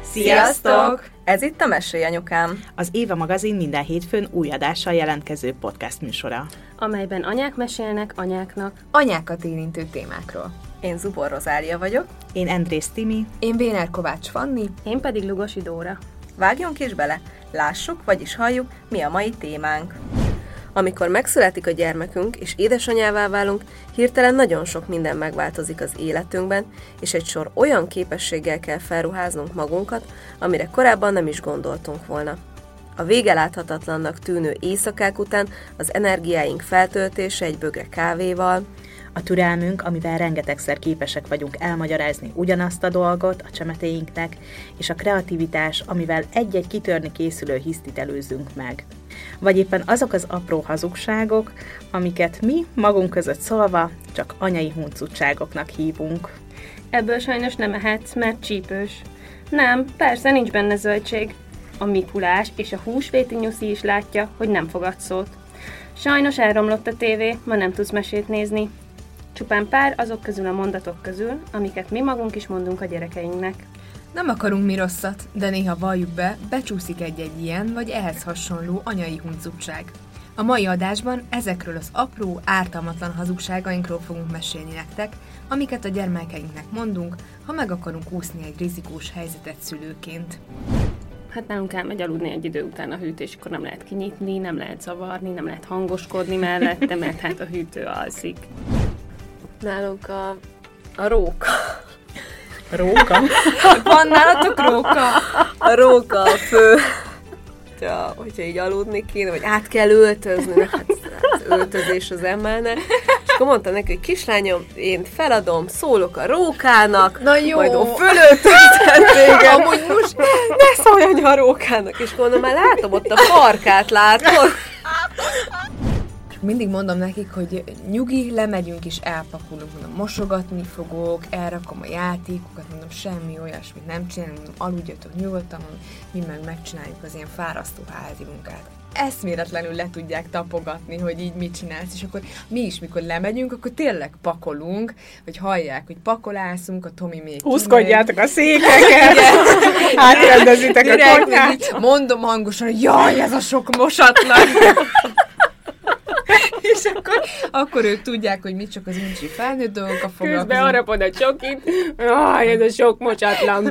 Sziasztok! Ez itt a Mesélj Anyukám, az Éva magazin minden hétfőn új adással jelentkező podcast műsora, amelyben anyák mesélnek anyáknak anyákat érintő témákról. Én Zubor Rozália vagyok. Én Endrész Timi. Én Béner Kovács Fanni. Én pedig Lugosi Dóra. Vágjunk is bele, lássuk, vagyis halljuk, mi a mai témánk. Amikor megszületik a gyermekünk, és édesanyává válunk, hirtelen nagyon sok minden megváltozik az életünkben, és egy sor olyan képességgel kell felruháznunk magunkat, amire korábban nem is gondoltunk volna. A vége láthatatlannak tűnő éjszakák után az energiáink feltöltése egy bögre kávéval, a türelmünk, amivel rengetegszer képesek vagyunk elmagyarázni ugyanazt a dolgot a csemetéinknek, és a kreativitás, amivel egy-egy kitörni készülő hisztit előzünk meg. Vagy éppen azok az apró hazugságok, amiket mi magunk között szólva csak anyai huncutságoknak hívunk. Ebből sajnos nem ehetsz, mert csípős. Nem, persze nincs benne zöldség. A Mikulás és a húsvéti nyuszi is látja, hogy nem fogad szót. Sajnos elromlott a tévé, ma nem tudsz mesét nézni. Csupán pár azok közül a mondatok közül, amiket mi magunk is mondunk a gyerekeinknek. Nem akarunk mi rosszat, de néha valljuk be, becsúszik egy-egy ilyen vagy ehhez hasonló anyai huncutság. A mai adásban ezekről az apró, ártalmatlan hazugságainkról fogunk mesélni nektek, amiket a gyermekeinknek mondunk, ha meg akarunk úszni egy rizikós helyzetet szülőként. Hát nálunk elmegy aludni egy idő után a hűtés, akkor nem lehet kinyitni, nem lehet zavarni, nem lehet hangoskodni mellette, mert hát a hűtő alszik. Nálunk a róka. Róka? Van nálatok róka? A róka a fő. Hogyha így aludni kéne, vagy át kell öltözni, hát az öltözés az emelne. És akkor mondta neki, hogy kislányom, én feladom, szólok a rókának, na jó. majd fölöltöztet téged. Amúgy most ne szólj anya a rókának. És mondom, már látom ott a farkát, látod? Mindig mondom nekik, hogy nyugi, lemegyünk és elpakolunk, mondom, mosogatni fogok, elrakom a játékokat, mondom, semmi olyasmit nem csinálunk, mondom, aludjatok nyugodtan, mi meg megcsináljuk az ilyen fárasztó házi munkát. Eszméletlenül le tudják tapogatni, hogy így mit csinálsz, és akkor mi is, mikor lemegyünk, akkor tényleg pakolunk, hogy hallják, hogy pakolászunk, a Tomi még húzkodjátok a székeket, átrendezitek a konyhát. Mondom hangosan, hogy jaj, ez a sok mosatlan! És akkor ők tudják, hogy mit csak az uncsi felnőtt dolgokkal foglalkozunk. Közben harapod a csokit, ez a sok mocsatlan.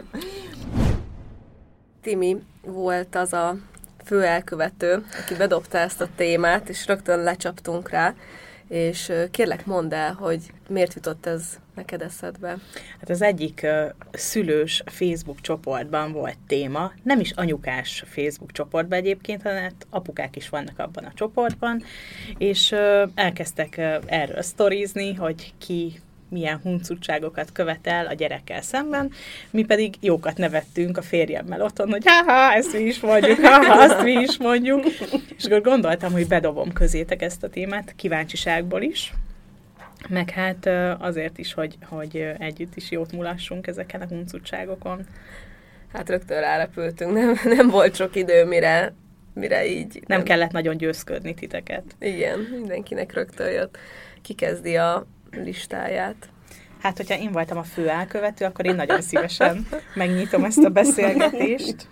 Timi volt az a fő elkövető, aki bedobta ezt a témát, és rögtön lecsaptunk rá, és kérlek mondd el, hogy miért jutott ez neked eszedbe? Hát az egyik szülős Facebook csoportban volt téma, nem is anyukás Facebook csoportban egyébként, hanem hát apukák is vannak abban a csoportban, és elkezdtek erről sztorizni, hogy ki milyen huncutságokat követel a gyerekkel szemben, mi pedig jókat nevettünk a férjemmel otthon, hogy ezt mi is mondjuk, azt mi is mondjuk, és akkor gondoltam, hogy bedobom közétek ezt a témát, kíváncsiságból is, meg hát azért is, hogy együtt is jót mulassunk ezeken a huncutságokon. Hát rögtön rárepültünk, nem volt sok idő, mire így... Nem kellett nagyon győzködni titeket. Igen, mindenkinek rögtön jött. Ki kezdi a listáját? Hát, hogyha én voltam a fő elkövető, akkor én nagyon szívesen megnyitom ezt a beszélgetést.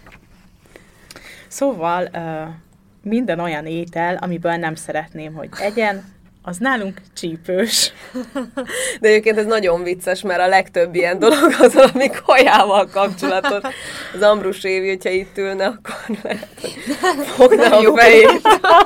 Szóval minden olyan étel, amiből nem szeretném, hogy egyen, az nálunk csípős. De egyébként ez nagyon vicces, mert a legtöbb ilyen dolog az, ami kajával kapcsolatos. Az Ambrus Évi, hogyha itt ülne, akkor lehet, hogy fogna a fejét.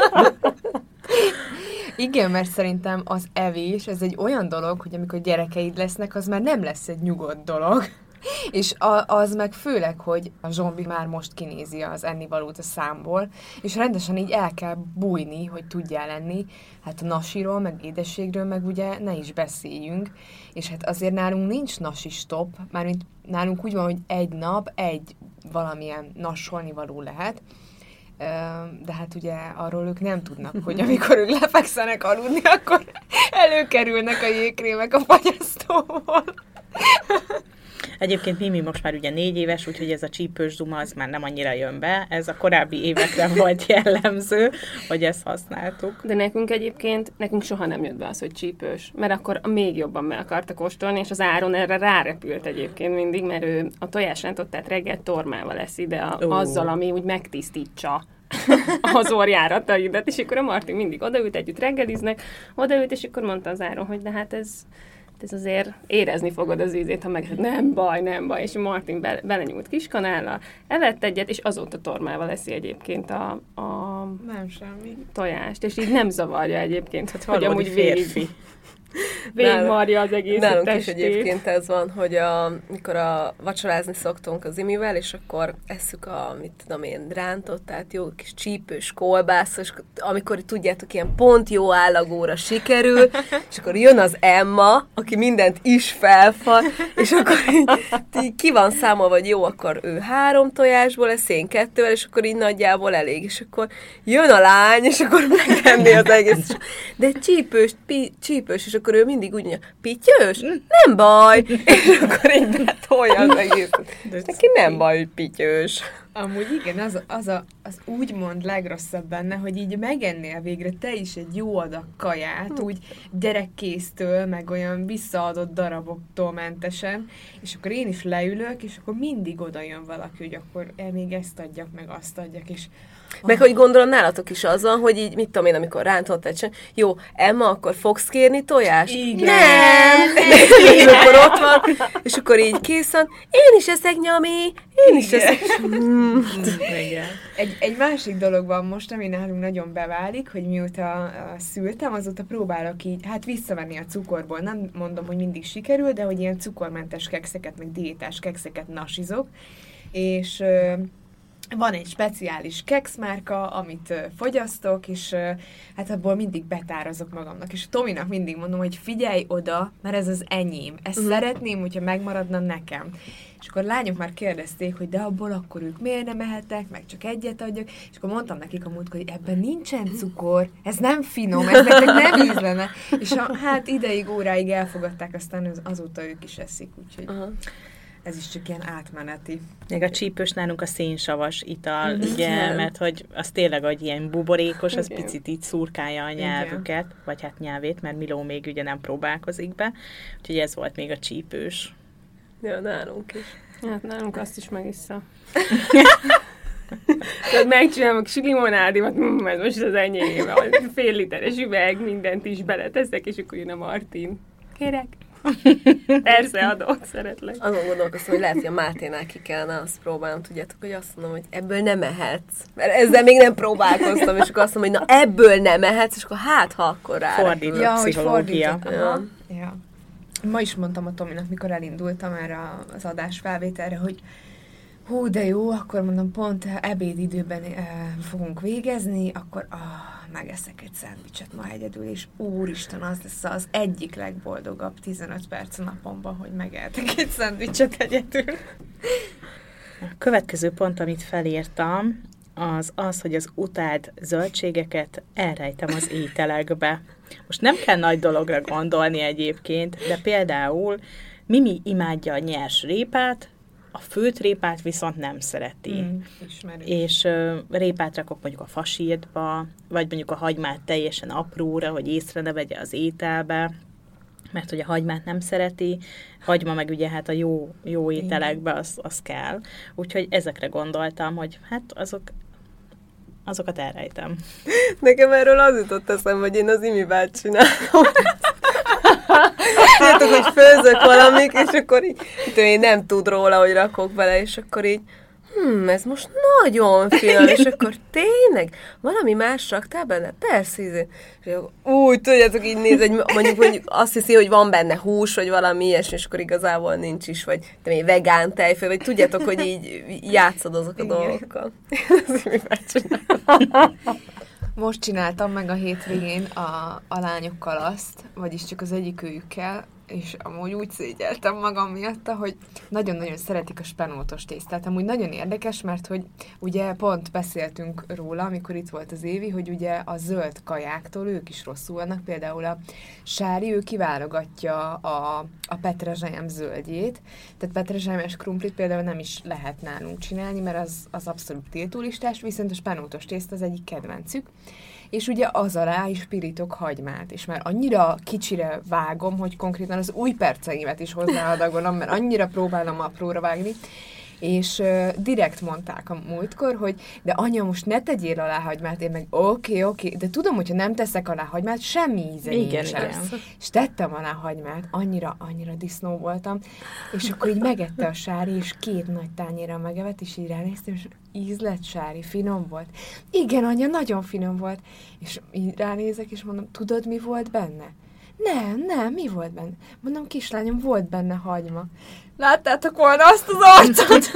Igen, mert szerintem az evés, ez egy olyan dolog, hogy amikor gyerekeid lesznek, az már nem lesz egy nyugodt dolog. És az meg főleg, hogy a zsombi már most kinézi az ennivalót a számból, és rendesen így el kell bújni, hogy tudjál enni. Hát a nasiról, meg édességről, meg ugye ne is beszéljünk. És hát azért nálunk nincs nasi stop, mármint nálunk úgy van, hogy egy nap egy valamilyen nasolnivaló lehet, de hát ugye arról ők nem tudnak, hogy amikor ők lefekszenek aludni, akkor előkerülnek a jégkrémek a fagyasztóból. Egyébként Mimi most már ugye 4 éves, úgyhogy ez a csípős duma az már nem annyira jön be. Ez a korábbi évekre volt jellemző, hogy ezt használtuk. De nekünk soha nem jött be az, hogy csípős, mert akkor még jobban meg akarta kóstolni, és az Áron erre rárepült egyébként mindig, mert ő a tojásrántottát reggel tormával eszi, de azzal, ami úgy megtisztítsa az orjárataidat, és akkor a Martin mindig odaült, együtt reggeliznek, odaült, és akkor mondta az Áron, hogy de hát ez azért érezni fogod az ízét, ha meg nem baj, és a Martin belenyúlt kiskanállal, evett egyet, és azóta tormával eszi egyébként a nem semmi tojást, és így nem zavarja egyébként, hogy amúgy férfi. Végigmarja az egész nálunk testét. is egyébként ez van, hogy mikor vacsorázni szoktunk az Imivel, és akkor esszük rántott, tehát jó kis csípős kolbász, és amikor tudjátok, ilyen pont jó állagóra sikerül, és akkor jön az Emma, aki mindent is felfal, és akkor így ki van számolva, hogy jó, akkor ő 3 tojásból lesz, én 2-vel, és akkor így nagyjából elég, és akkor jön a lány, és akkor megenni az egész. De csípős, és akkor ő mindig úgy mondja, pittyős? Nem baj! És akkor így betolja az egészet. Neki nem baj, hogy pittyős. Amúgy igen, az úgymond legrosszabb benne, hogy így megennél végre te is egy jó adag kaját, úgy gyerekkésztől, meg olyan visszaadott daraboktól mentesen, és akkor én is leülök, és akkor mindig oda jön valaki, hogy akkor még ezt adjak, meg azt adjak, és meg hogy gondolom nálatok is az van, hogy így, mit tudom én, amikor rántott egy sem, jó, Emma, akkor fogsz kérni tojást? Igen. Nem! És akkor ott van, és akkor így készen, én is eszek, nyami, én is eszek. Igen. Egy másik dolog van most, ami nálunk nagyon beválik, hogy mióta szültem, azóta próbálok így, visszavenni a cukorból. Nem mondom, hogy mindig sikerül, de hogy ilyen cukormentes kekszeket, meg diétás kekszeket nasizok, és van egy speciális kekszmárka, amit fogyasztok, és abból mindig betározok magamnak. És a Tominak mindig mondom, hogy figyelj oda, mert ez az enyém. Ezt szeretném, hogyha megmaradna nekem. És akkor a lányok már kérdezték, hogy de abból akkor ők miért nem ehetek, meg csak egyet adjak. És akkor mondtam nekik a múltkor, hogy ebben nincsen cukor, ez nem finom, ez nektek nem ízlene. És ideig, óráig elfogadták, aztán azóta ők is eszik, úgyhogy... Ez is csak ilyen átmeneti. Még a csípős nálunk a szénsavas ital, ugye, mert hogy az tényleg, hogy ilyen buborékos, az picit így szurkálja a nyelvüket, vagy nyelvét, mert Miló még ugye nem próbálkozik be, úgyhogy ez volt még a csípős. Ja, nálunk is. Nálunk azt is megissza. Tehát megcsinálom a limonádimat, ez most az enyém, fél literes üveg, mindent is beleteszek, és akkor jön a Martin. Kérek? Persze adok, szeretlek. Azon gondolkoztam, hogy lehet, hogy a Máténál ki kellene azt próbálnom, tudjátok, hogy azt mondom, hogy ebből nem ehetsz. Mert ezzel még nem próbálkoztam, és akkor azt mondom, hogy na ebből nem ehetsz, és akkor ha akkor rá. Fordított pszichológia. Ja. Ma is mondtam a Tominak, mikor elindultam erre az adásfelvételre, hogy hú, de jó, akkor mondom, pont ebédidőben fogunk végezni, akkor megeszek egy szendvicset ma egyedül, és úristen, az lesz az egyik legboldogabb 15 perc a napomban, hogy megeltek egy szendvicset egyedül. A következő pont, amit felírtam, az, hogy az utált zöldségeket elrejtem az ételekbe. Most nem kell nagy dologra gondolni egyébként, de például Mimi imádja a nyers répát, a főtt répát viszont nem szereti. És répát rakok mondjuk a fasírtba, vagy mondjuk a hagymát teljesen apróra, hogy észre ne vegye az ételbe, mert hogy a hagymát nem szereti, hagyma meg ugye a jó ételekbe az kell. Úgyhogy ezekre gondoltam, hogy azokat elrejtem. Nekem erről az jutott eszembe, hogy én az Imibát csinálom. Tudjátok, hogy főzök valamit, és akkor így, én nem tud róla, hogy rakok bele, és akkor így, ez most nagyon finom, és akkor tényleg valami más raktál benne? Persze, és úgy, tudjátok, így néz, hogy mondjuk azt hiszi, hogy van benne hús, vagy valami ilyesmi, és akkor igazából nincs is, vagy még vegán tejföl, vagy tudjátok, hogy így játszod azok a dolgokkal. Az Imibát csinálom. Most csináltam meg a hétvégén a lányokkal azt, vagyis csak az egyikőjükkel, és amúgy úgy szégyeltem magam miatta, hogy nagyon-nagyon szeretik a spenótos tésztát. Amúgy nagyon érdekes, mert hogy ugye pont beszéltünk róla, amikor itt volt az Évi, hogy ugye a zöld kajáktól ők is rosszul vannak, például a Sári, ő kiválogatja a petrezselyem zöldjét, tehát petrezselymes krumplit például nem is lehet nálunk csinálni, mert az abszolút tiltólistás, viszont a spenótos tészta az egyik kedvencük, és ugye az alá is pirítok hagymát, és már annyira kicsire vágom, hogy konkrétan az új perceimet is hozzáadagolom, mert annyira próbálom apróra vágni, és direkt mondták a múltkor, hogy de anya, most ne tegyél alá hagymát, én meg oké, de tudom, hogyha nem teszek alá hagymát, semmi íze nincsen. És tettem alá hagymát, annyira disznó voltam, és akkor így megette a Sári, és 2 nagy tányérral megevett, és így ránéztem, és ízlet, Sári, finom volt. Igen, anya, nagyon finom volt. És így ránézek, és mondom, tudod, mi volt benne? Nem, mi volt benne? Mondom, kislányom, volt benne hagyma. Láttátok volna azt az arcot?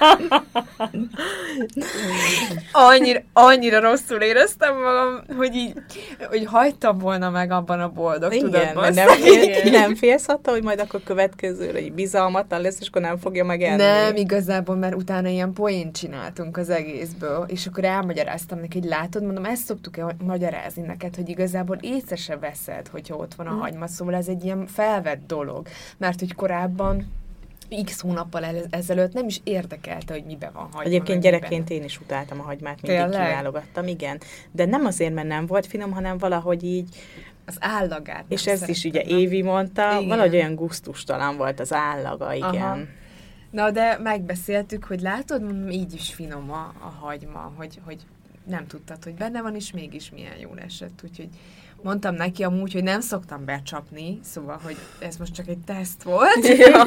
annyira rosszul éreztem magam, hogy hagytam volna meg abban a boldog tudatban. Nem félsz attól, hogy majd akkor következőre egy bizalmatlan lesz, és akkor nem fogja megenni? Nem, igazából, mert utána ilyen poént csináltunk az egészből, és akkor elmagyaráztam neki, hogy látod, mondom, ezt szoktuk magyarázni neked, hogy igazából észre se veszed, hogyha ott van a hagyma, szóval ez egy ilyen felvett dolog, mert hogy korábban X hónappal ezelőtt nem is érdekelte, hogy miben van hagyma. Egyébként gyerekként én is utáltam a hagymát, mindig kiválogattam, igen. De nem azért, mert nem volt finom, hanem valahogy így... Az állagát. És ezt is ugye Évi mondta, igen. Valahogy olyan gusztustalan volt az állaga, igen. Aha. Na, de megbeszéltük, hogy látod, így is finom a hagyma, hogy nem tudtad, hogy benne van, és mégis milyen jól esett, úgyhogy mondtam neki amúgy, hogy nem szoktam becsapni, szóval, hogy ez most csak egy teszt volt. Ja.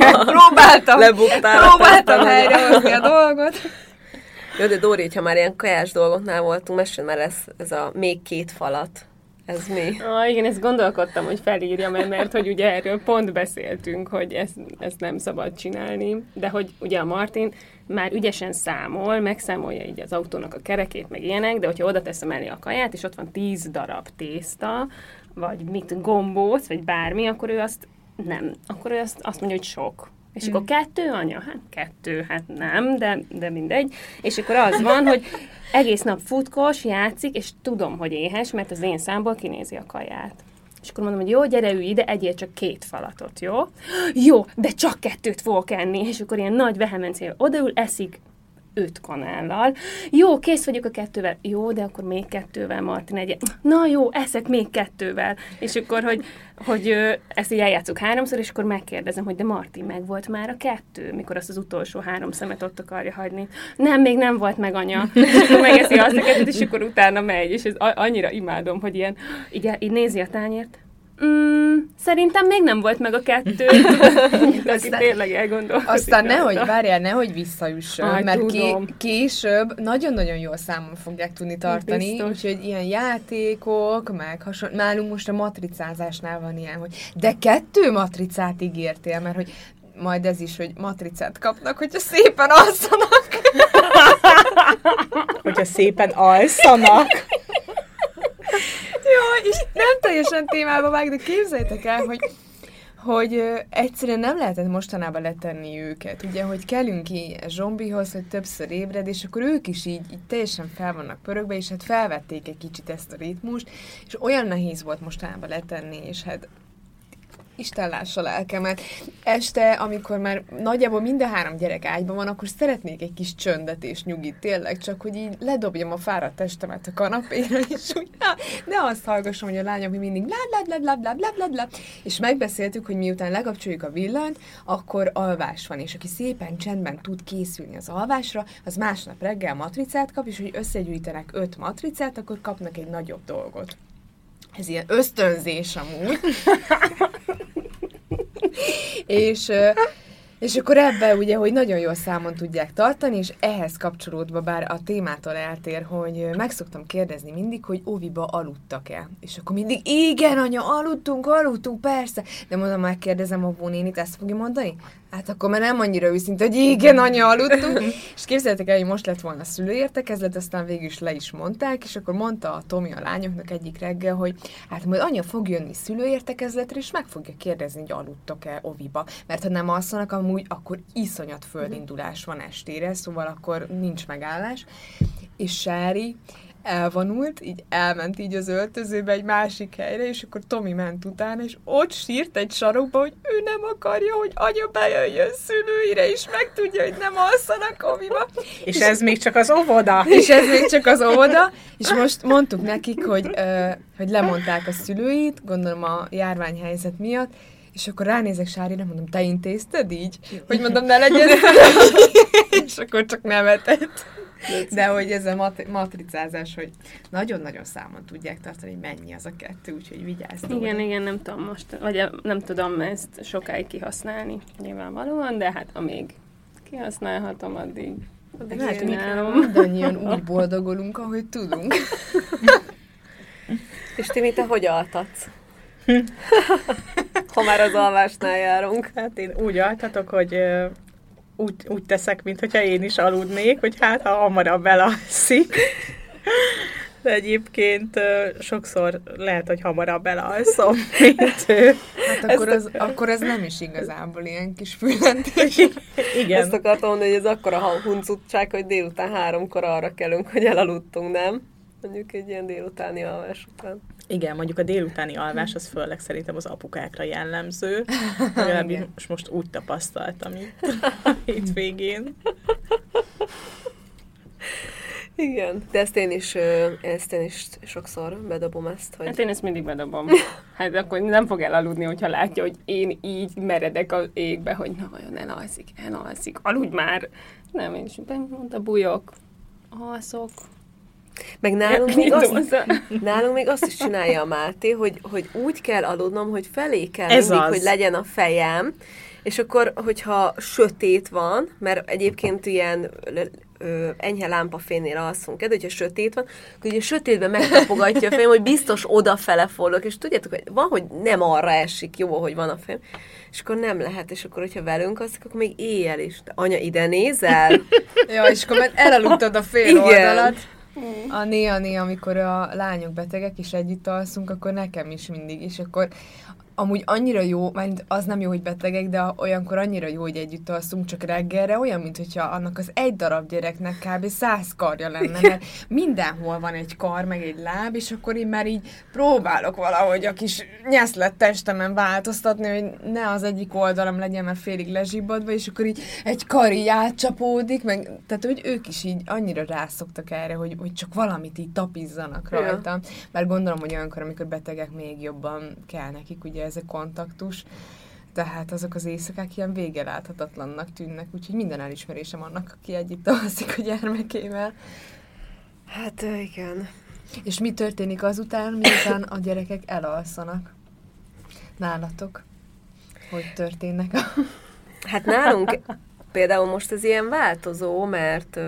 Próbáltam helyrehozni a dolgot. Jó, de Dóri, ha már ilyen kajás dolgoknál voltunk, mesélj már ez a még 2 falat. Ez mi? Igen, ezt gondolkodtam, hogy felírjam, mert hogy ugye erről pont beszéltünk, hogy ezt nem szabad csinálni, de hogy ugye a Martin már ügyesen megszámolja így az autónak a kerekét, meg ilyenek, de hogyha oda teszem elé a kaját, és ott van 10 darab tészta, vagy gombóc, vagy bármi, akkor ő azt nem. Akkor ő azt mondja, hogy sok. És akkor 2, anya? Hát 2, hát nem, de mindegy. És akkor az van, hogy egész nap futkos, játszik, és tudom, hogy éhes, mert az én számból kinézi a kaját. És akkor mondom, hogy jó, gyere, ülj ide, egyél csak 2 falatot, jó? Jó, de csak 2 fogok enni. És akkor ilyen nagy vehemenciával odaül, eszik 5 kanállal. Jó, kész vagyok a 2-vel. Jó, de akkor még 2-vel, Martin, egyél. Na jó, eszek még 2-vel. És akkor, hogy ezt így eljátszok 3-szor, és akkor megkérdezem, hogy de Martin, meg volt már a 2, mikor azt az utolsó 3 szemet ott akarja hagyni. Nem, még nem volt meg, anya. És akkor megeszi azt a 2-t, és akkor utána megy. És ez annyira imádom, hogy ilyen, így nézi a tányért. Szerintem még nem volt meg a 2. Aztán tényleg elgondolkodik. Aztán nehogy visszaüssön, mert később nagyon-nagyon jól számon fogják tudni tartani, biztos. Úgyhogy ilyen játékok, meg hasonló. Nálunk most a matricázásnál van ilyen, hogy de 2 matricát ígértél, mert hogy majd ez is, hogy matricát kapnak, hogyha szépen alszanak. Hogyha szépen alszanak. Jó, és nem teljesen témába vág, de képzeljétek el, hogy egyszerűen nem lehetett mostanában letenni őket. Ugye, hogy kellünk ki zombihoz, hogy többször ébred, és akkor ők is így teljesen fel vannak pörögve, és hát felvették egy kicsit ezt a ritmust, és olyan nehéz volt mostanában letenni, és hát Isten lássa lelkemet. Este, amikor már nagyjából mind a 3 gyerek ágyban van, akkor szeretnék egy kis csöndet és nyugit, tényleg, csak hogy így ledobjam a fáradt testemet a kanapéra, és úgy, de azt hallgassam, hogy a lányom mindig bla. És megbeszéltük, hogy miután lekapcsoljuk a villanyt, akkor alvás van, és aki szépen csendben tud készülni az alvásra, az másnap reggel matricát kap, és hogy összegyűjtenek 5 matricát, akkor kapnak egy nagyobb dolgot. Ez ilyen ösztönzés amúgy. És akkor ebben ugye, hogy nagyon jól számon tudják tartani, és ehhez kapcsolódva, bár a témától eltér, hogy meg szoktam kérdezni mindig, hogy óviba aludtak-e. És akkor mindig, igen, anya, aludtunk, persze. De mondom, megkérdezem a nénit, ezt fogja mondani? Hát akkor már nem annyira őszinte, hogy igen, anya, aludtunk. És képzeljétek el, hogy most lett volna szülőértekezlet, aztán végül is le is mondták, és akkor mondta a Tomi a lányoknak egyik reggel, hogy hát majd anya fog jönni szülőértekezletre, és meg fogja kérdezni, hogy aludtok-e óviba. Mert ha nem alszanak amúgy, akkor iszonyat földindulás van estére, szóval akkor nincs megállás. És Sári elvonult, így elment így az öltözőbe egy másik helyre, és akkor Tomi ment utána, és ott sírt egy sarokba, hogy ő nem akarja, hogy anya bejöjjön szülőire, és megtudja, hogy nem alszanak óviba. És ez még csak az óvoda. És ez még csak az óvoda, és most mondtuk nekik, hogy lemondták a szülőit, gondolom a járványhelyzet miatt, és akkor ránézek Sárira, mondom, te intézted így? Hogy mondom, ne legyen és akkor csak nevetett. De hogy ez a matricázás, hogy nagyon-nagyon számon tudják tartani, hogy mennyi az a kettő, úgyhogy vigyázz. Igen, nem tudom most, vagy nem tudom ezt sokáig kihasználni, nyilvánvalóan, de hát amíg kihasználhatom, addig csinálom. Mindannyian úgy boldogulunk, ahogy tudunk. És Timi, te hogy altatsz? Ha már az alvásnál járunk. Hát én úgy altatok, hogy úgy teszek, mintha én is aludnék, hogy hát ha hamarabb elalszik. De egyébként sokszor lehet, hogy hamarabb elalszom, mint ő. Hát akkor ez nem is igazából ilyen kis füllentés. Igen. Ezt akartam mondani, hogy ez akkora huncutság, hogy délután 3-kor arra kelünk, hogy elaludtunk, nem? Mondjuk egy ilyen délutáni alvás után. Igen, mondjuk a délutáni alvás az főleg szerintem az apukákra jellemző. Legalábbis most úgy tapasztaltam itt a hétvégén. Igen, de ezt én is sokszor bedobom ezt, hogy... Hát én ezt mindig bedobom. Hát akkor nem fog elaludni, hogyha látja, hogy én így meredek az égbe, hogy na vajon elalszik, aludj már. Nem, én is mondta, bújok, alszok. Meg nálunk még azt is csinálja a Máté, hogy úgy kell aludnom, hogy felé kell mindig, hogy legyen a fejem, és akkor, hogyha sötét van, mert egyébként ilyen enyhe lámpafénynél alszunk, de hogyha sötét van, akkor ugye sötétben megtapogatja a fejem, hogy biztos odafele fordulok, és tudjátok, hogy van, hogy nem arra esik, jó, hogy van a fejem, és akkor nem lehet, és akkor, hogyha velünk alszik, akkor még éjjel is. De anya, ide nézel? Ja, és akkor mert elaludtad a fél oldalat. Néha, amikor a lányok betegek, és együtt alszunk, akkor nekem is mindig, és akkor amúgy annyira jó, mert az nem jó, hogy betegek, de olyankor annyira jó, hogy együtt alszunk, csak reggelre, olyan, mintha annak az egy darab gyereknek kb. 100 karja lenne, mert mindenhol van egy kar, meg egy láb, és akkor én már így próbálok valahogy a kis nyeszlett testemen változtatni, hogy ne az egyik oldalam legyen már félig lezsibbadva, és akkor így egy kar így átcsapódik, meg, tehát hogy ők is így annyira rászoktak erre, hogy csak valamit így tapizzanak rajta. Ja. Mert gondolom, hogy olyankor, amikor betegek, még jobban kell nekik, ugye ez a kontaktus, tehát azok az éjszakák ilyen végeláthatatlannak tűnnek, úgyhogy minden elismerésem annak, aki együtt alszik a gyermekével. Hát igen. És mi történik azután, miután a gyerekek elalszanak? Nálatok? Hogy történnek? Hát nálunk például most ez ilyen változó, mert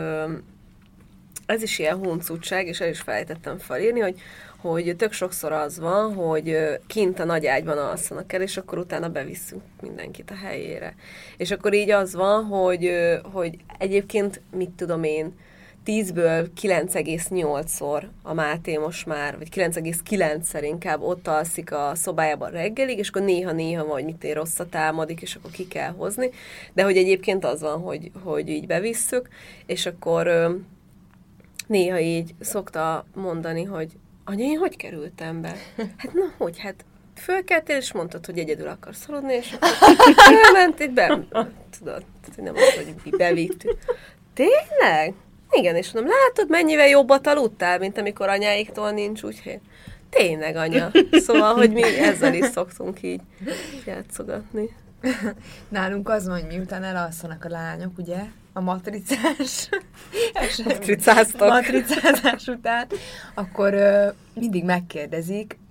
ez is ilyen huncutság, és el is felejtettem felírni, hogy tök sokszor az van, hogy kint a nagy ágyban alszanak el, és akkor utána bevisszünk mindenkit a helyére. És akkor így az van, hogy egyébként, mit tudom én, 10-ből 9,8-szor a Máté most már, vagy 9,9-szer inkább ott alszik a szobájában reggelig, és akkor néha vagy mit én rosszat álmodik, és akkor ki kell hozni. De hogy egyébként az van, hogy így bevisszük, és akkor néha így szokta mondani, hogy anya, én hogy kerültem be? Hát na, hogy? Hát fölkeltél, és mondtad, hogy egyedül akarsz aludni, és akkor elment itt be. Tudod, nem az, hogy bevittük. Tényleg? Igen, és mondom, látod, mennyivel jobbat aludtál, mint amikor anyáiktól nincs, úgyhogy tényleg, anya. Szóval, hogy mi ezzel is szoktunk így játszogatni. Nálunk az van, hogy miután elalszanak a lányok, ugye, a matricázás után, akkor mindig megkérdezik,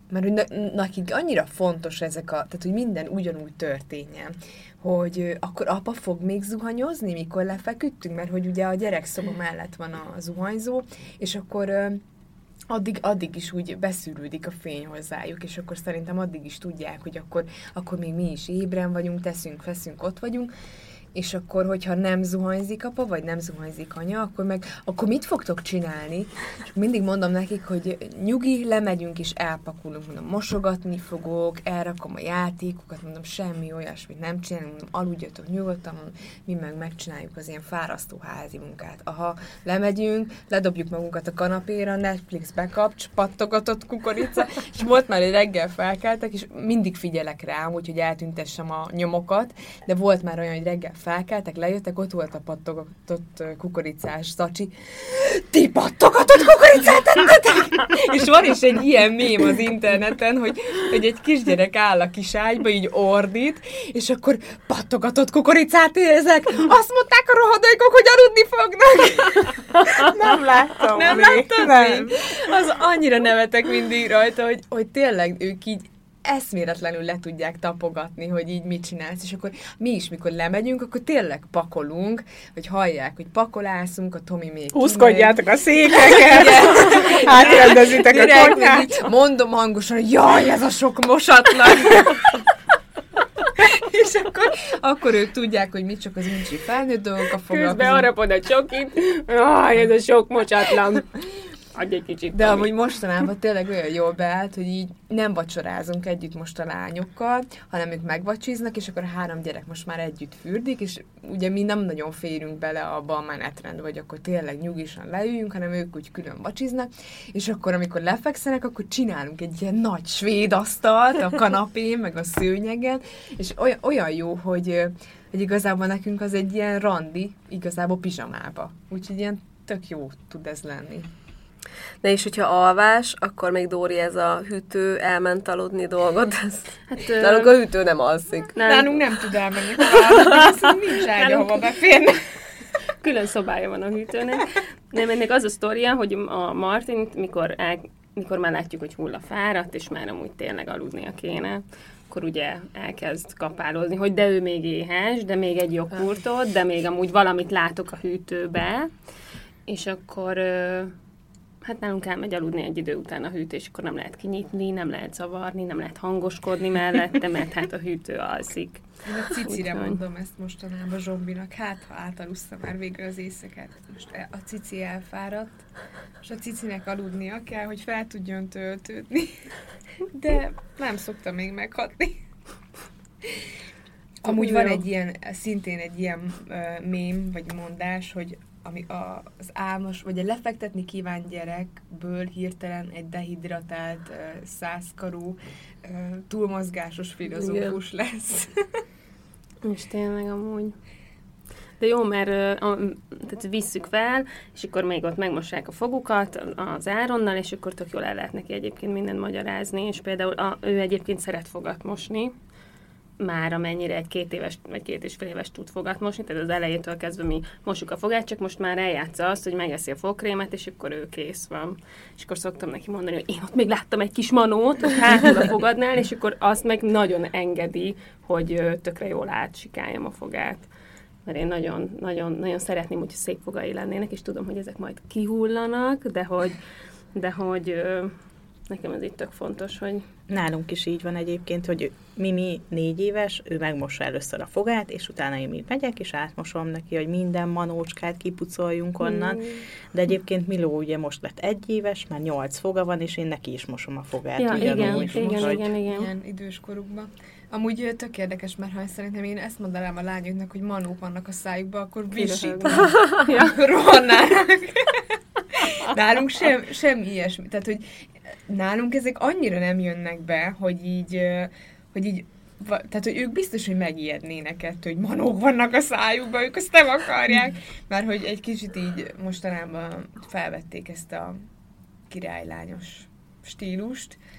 mert hogy nekik annyira fontos ezek tehát hogy minden ugyanúgy történjen, hogy akkor apa fog még zuhanyozni, mikor lefeküdtünk, mert hogy ugye a gyerekszoba mellett van a zuhanyzó, és akkor addig is úgy beszűrődik a fény hozzájuk, és akkor szerintem addig is tudják, hogy akkor még mi is ébren vagyunk, teszünk, feszünk, ott vagyunk, és akkor, hogyha nem zuhanyzik apa, vagy nem zuhanyzik anya, akkor mit fogtok csinálni? És mindig mondom nekik, hogy nyugi, lemegyünk és elpakulunk, mondom, mosogatni fogok, elrakom a játékokat, mondom, semmi olyasmit nem csinálunk, mondom, aludjatok nyugodtan, mondom, mi meg megcsináljuk az ilyen fárasztó házi munkát. Aha, lemegyünk, ledobjuk magunkat a kanapéra, Netflix bekapcs, pattogatott kukorica, és volt már, hogy reggel felkeltek, és mindig figyelek rám, úgyhogy eltüntessem a nyomokat, de volt már olyan, hogy reggel felkeltek, lejöttek, ott volt a pattogatott kukoricás Szacsi. Ti pattogatott kukoricát tettetek? És van is egy ilyen mém az interneten, hogy egy kisgyerek áll a kis ágyba, így ordít, és akkor pattogatott kukoricát érzek. Azt mondták a rohadékok, hogy aludni fognak. Nem láttam. Nem láttad? Nem. Az annyira nevetek mindig rajta, hogy tényleg ők így eszméletlenül le tudják tapogatni, hogy így mit csinálsz, és akkor mi is, mikor lemegyünk, akkor tényleg pakolunk, hogy hallják, hogy pakolászunk, a Tomi még húzkodjátok a székeket, átrendezitek a konyhát. Mondom hangosan, hogy jaj, ez a sok mosatlan! És akkor ők tudják, hogy mit csak az incsi felnőtt dolgokkal foglalkozunk. Közben arapod a csokit, jaj, ez a sok mosatlan. Adj egy kicsit. De amúgy mostanában tényleg olyan jól beállt, hogy így nem vacsorázunk együtt most a lányokkal, hanem ők megvacsiznak, és akkor a 3 gyerek most már együtt fürdik, és ugye mi nem nagyon férünk bele abba a menetrendbe, vagy akkor tényleg nyugisan leüljünk, hanem ők úgy külön vacsiznak, és akkor amikor lefekszenek, akkor csinálunk egy ilyen nagy svéd asztalt a kanapén, meg a szőnyegen, és olyan jó, hogy igazából nekünk az egy ilyen randi, igazából pizsamába. Úgyhogy ilyen tök jó tud ez lenni. De és hogyha alvás, akkor még Dóri ez a hűtő elment aludni dolgot, hát, nálunk a hűtő nem alszik. Nálunk nem tud elmenni tovább, nincs ágya, hova beférni. Külön szobája van a hűtőnek. Nem, ennek az a sztoria, hogy a Martint, mikor már látjuk, hogy hull a fáradt, és már amúgy tényleg aludnia kéne, akkor ugye elkezd kapálózni, hogy de ő még éhes, de még egy joghurtot, de még amúgy valamit látok a hűtőbe, és akkor hát nálunk elmegy aludni egy idő után a hűtés, akkor nem lehet kinyitni, nem lehet zavarni, nem lehet hangoskodni mellette, mert hát a hűtő alszik. Én a cicire mondom ezt mostanában Zsombinak, hát ha átalussza már végre az éjszakát. Most a cici elfáradt, és a cicinek aludnia kell, hogy fel tudjon töltődni. De nem szokta még meghatni. Amúgy van egy ilyen, szintén egy ilyen mém, vagy mondás, hogy ami az álmos, vagy a lefektetni kívánt gyerekből hirtelen egy dehidratált, 100 karú, túlmozgásos filozófus lesz. És tényleg amúgy. De jó, mert tehát visszük fel, és akkor még ott megmossák a fogukat az Áronnal, és akkor tök jól el lehet neki egyébként mindent magyarázni, és például ő egyébként szeret fogat mosni, már amennyire egy 2 éves, vagy 2,5 éves tud fogat mosni, tehát az elejétől kezdve mi mosuk a fogát, csak most már eljátsza azt, hogy megeszi a fogkrémet, és akkor ő kész van. És akkor szoktam neki mondani, hogy én ott még láttam egy kis manót, hátul a fogadnál, és akkor azt meg nagyon engedi, hogy tökre jól átsikáljam a fogát. Mert én nagyon szeretném, hogy szép fogai lennének, és tudom, hogy ezek majd kihullanak, de hogy nekem ez itt tök fontos, hogy... Nálunk is így van egyébként, hogy Mimi 4 éves, ő megmossa először a fogát, és utána én így megyek, és átmosom neki, hogy minden manócskát kipucoljunk onnan. De egyébként Miló ugye most lett 1 éves, már 8 foga van, és én neki is mosom a fogát. Ja, igen. Ilyen idős korukban. Amúgy tök érdekes, mert ha szerintem én ezt mondanám a lányoknak, hogy manók vannak a szájukban, akkor visítanak, rohannának. Nálunk semmi ilyesmi. Tehát, hogy nálunk ezek annyira nem jönnek be, hogy így tehát, hogy ők biztos, hogy megijednének ettől, hogy manók vannak a szájukban, ők azt nem akarják. Mert hogy egy kicsit így mostanában felvették ezt a királylányos stílust,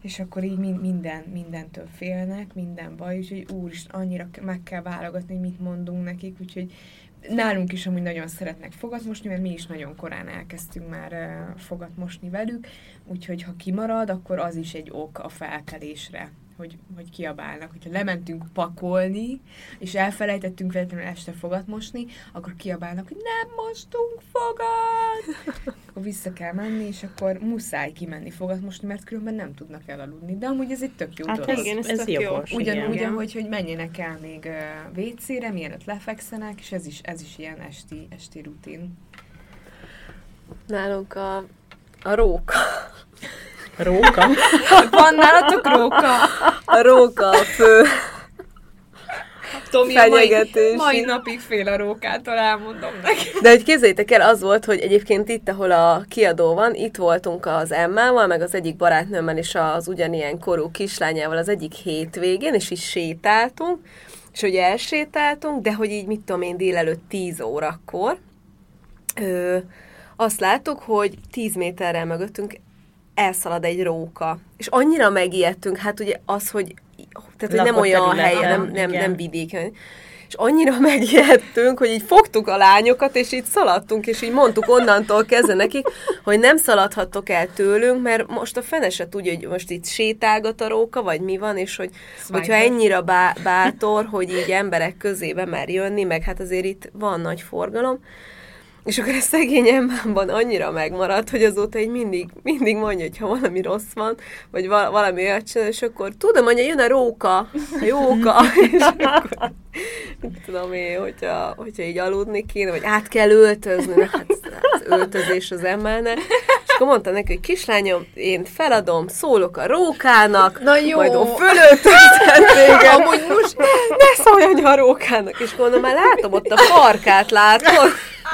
és akkor így mindentől félnek, minden baj, úgyhogy úristen, annyira meg kell válogatni, hogy mit mondunk nekik, úgyhogy nálunk is amúgy nagyon szeretnek fogat mosni, mert mi is nagyon korán elkezdtünk már fogat mosni velük, úgyhogy ha kimarad, akkor az is egy ok a felkelésre, hogy kiabálnak. Hogyha lementünk pakolni, és elfelejtettünk véletlenül este fogat mosni, akkor kiabálnak, hogy nem mostunk fogat! Akkor vissza kell menni, és akkor muszáj kimenni fogat mosni, mert különben nem tudnak elaludni. De amúgy ez egy tök jó dolog. Igen, ez tök jó. Ugyanúgy, hogy menjenek el még WC-re, mielőtt lefekszenek, és ez is ilyen esti rutin. Nálunk a róka. Róka? Van nálatok róka? A róka a fő Tomi fenyegetés. Mai napig fél a rókától, elmondom neki. De hogy képzeljétek el, az volt, hogy egyébként itt, ahol a kiadó van, itt voltunk az Emmával, meg az egyik barátnőmmel és az ugyanilyen korú kislányával az egyik hétvégén, és így sétáltunk, és hogy elsétáltunk, de hogy így, mit tudom én, délelőtt 10 órakor azt láttuk, hogy 10 méterrel mögöttünk elszalad egy róka. És annyira megijedtünk, hát ugye az, hogy nem olyan helyen, nem vidéken. És annyira megijedtünk, hogy így fogtuk a lányokat, és így szaladtunk, és így mondtuk onnantól kezdve nekik, hogy nem szaladhattok el tőlünk, mert most a fene se tudja, hogy most itt sétálgat a róka, vagy mi van, és hogyha ennyire bátor, hogy így emberek közébe mer jönni, meg hát azért itt van nagy forgalom. És akkor a szegény Emmában annyira megmaradt, hogy azóta így mindig mondja, hogy ha valami rossz van, vagy valami olyat csinál, és akkor tudom, mondja, jön a róka, a jóka, és akkor mit tudom én, hogyha így aludni kéne, vagy át kell öltözni, hát az öltözés az Emmának, és akkor mondta neki, hogy kislányom, én feladom, szólok a rókának, majd fölöltöztet téged. Amúgy most ne szólj a rókának, és mondom, már látom ott a farkát, látod?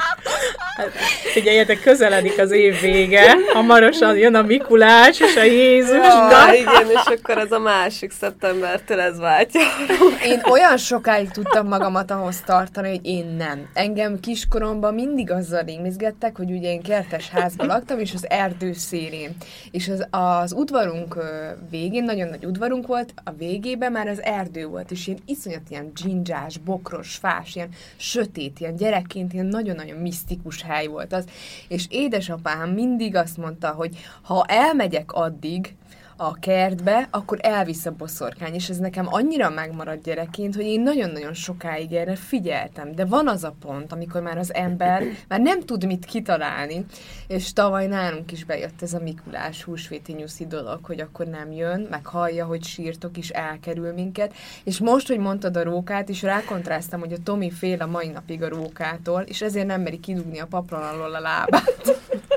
Figyeljetek, közeledik az év vége, hamarosan jön a Mikulás és a Jézus. Ja, igen, és akkor ez a másik szeptembertől ez váltja. Én olyan sokáig tudtam magamat ahhoz tartani, hogy én nem. Engem kiskoromban mindig azzal rémizgettek, hogy ugye én kertes házban laktam, és az erdő szélén. És az udvarunk végén, nagyon nagy udvarunk volt, a végében már az erdő volt, és ilyen iszonyat ilyen dzsindzsás, bokros, fás, ilyen sötét, ilyen gyerekként ilyen nagyon-nagyon misztikus hely volt az. És édesapám mindig azt mondta, hogy ha elmegyek addig a kertbe, akkor elvisz a boszorkány, és ez nekem annyira megmaradt gyerekként, hogy én nagyon-nagyon sokáig erre figyeltem. De van az a pont, amikor már az ember már nem tud mit kitalálni, és tavaly nálunk is bejött ez a Mikulás húsvéti nyuszi dolog, hogy akkor nem jön, meg hallja, hogy sírtok, és elkerül minket. És most, hogy mondtad a rókát, és rákontráztam, hogy a Tomi fél a mai napig a rókától, és ezért nem meri kidugni a paplan alól a lábát.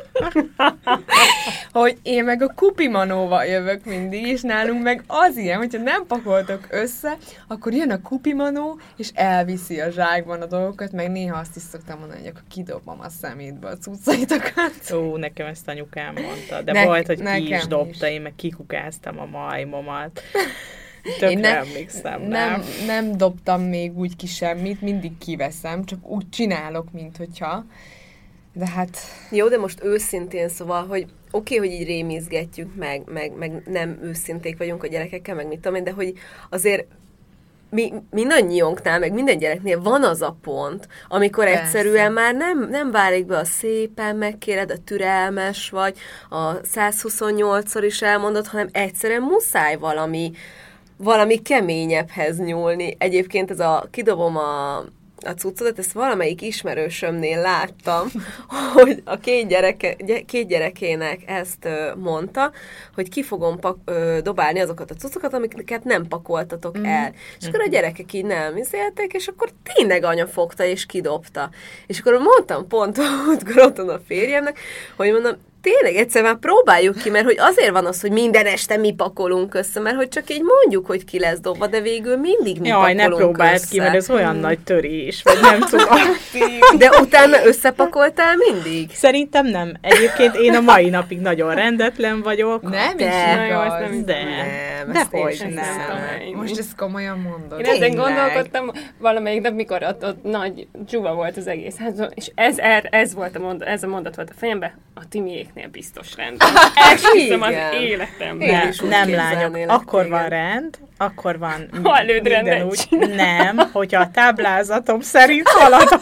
Hogy én meg a kupimanóval jövök mindig, és nálunk meg az ilyen, hogyha nem pakoltok össze, akkor jön a kupimanó, és elviszi a zsákban a dolgokat, meg néha azt is szoktam mondani, hogy akkor kidobom a szemétbe a cuccaitokat. Ó, nekem ezt anyukám mondta, de volt, hogy ki is dobta, én meg kikukáztam a majmomat. Tökre emlékszem, nem dobtam még úgy ki semmit, mindig kiveszem, csak úgy csinálok, mint hogyha. De hát... Jó, de most őszintén, szóval, hogy oké, hogy így rémizgetjük, meg nem őszinték vagyunk a gyerekekkel, meg mit tudom én, de hogy azért mindannyiunknál, meg minden gyereknél van az a pont, amikor egyszerűen már nem válik be a szépen megkéred, a türelmes vagy, a 128-szor is elmondod, hanem egyszerűen muszáj valami keményebbhez nyúlni. Egyébként ez kidobom a cuccodat, ezt valamelyik ismerősömnél láttam, hogy a két gyerekének ezt mondta, hogy ki fogom dobálni azokat a cuccokat, amiket nem pakoltatok el. És akkor a gyerekek így nem izéltek, és akkor tényleg anya fogta és kidobta. És akkor mondtam pont otthon a férjemnek, hogy mondom, tényleg egyszer már próbáljuk ki, mert hogy azért van az, hogy minden este mi pakolunk össze, mert hogy csak így mondjuk, hogy ki lesz dobva, de végül mindig mi pakolunk össze. Jaj, ne próbáld ki, mert ez olyan nagy törés, vagy nem tudom. De utána összepakoltál mindig? Szerintem nem. Egyébként én a mai napig nagyon rendetlen vagyok. Nem is igaz. De hogy nem. Most ezt komolyan mondod. Én ezen gondolkodtam valamelyik nap, mikor ott nagy dzsuva volt az egész házon, és ez volt ez a mondat volt a fejemben, a Timiék lányoknél biztos rend van. Esküszöm az életemben. Nem lányok. Akkor van rend, akkor van ha előd minden rendet úgy. csinál. Nem, hogyha a táblázatom szerint haladok.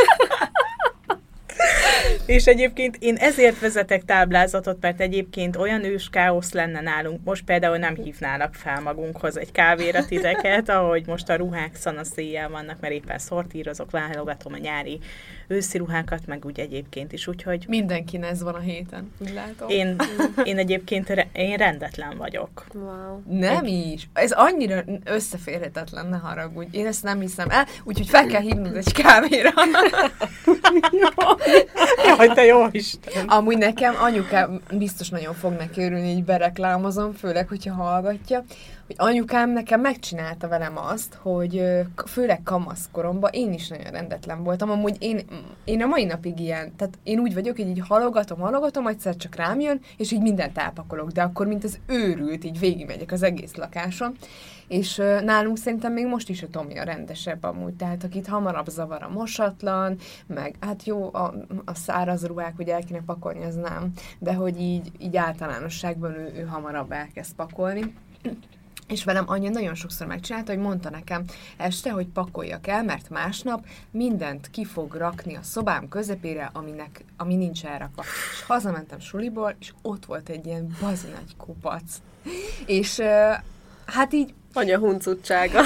És egyébként én ezért vezetek táblázatot, mert egyébként olyan ős káosz lenne nálunk. Most például nem hívnálak fel magunkhoz egy kávéra titeket, ahogy most a ruhák szanaszéjjel vannak, mert éppen szortírozok, válogatom a nyári őszi ruhákat, meg úgy egyébként is, úgyhogy... Mindenkin ez van a héten, úgy látom. Én egyébként én rendetlen vagyok. Wow. Nem is. Ez annyira összeférhetetlen, ne haragudj. Én ezt nem hiszem el, úgyhogy fel kell hívnod egy kávéra. Jaj, te jó Isten! Amúgy nekem anyukám biztos nagyon fog neki örülni, így bereklámozom, főleg, hogyha hallgatja, hogy anyukám nekem megcsinálta velem azt, hogy főleg kamaszkoromban én is nagyon rendetlen voltam. Amúgy én a mai napig ilyen, tehát én úgy vagyok, hogy így halogatom, egyszer csak rám jön, és így mindent elpakolok, de akkor mint az őrült, így végigmegyek az egész lakáson. És nálunk szerintem még most is a Tomi a rendesebb amúgy, tehát akit hamarabb zavar a mosatlan, meg hát jó, a száraz ruhák, hogy el kéne pakolni, az nem, de hogy így általánosságban ő hamarabb elkezd pakolni. És velem anya nagyon sokszor megcsinálta, hogy mondta nekem este, hogy pakoljak el, mert másnap mindent ki fog rakni a szobám közepére, ami nincs elrakva. És hazamentem suliból, és ott volt egy ilyen bazi nagy kupac. És hát így Anya huncutsága.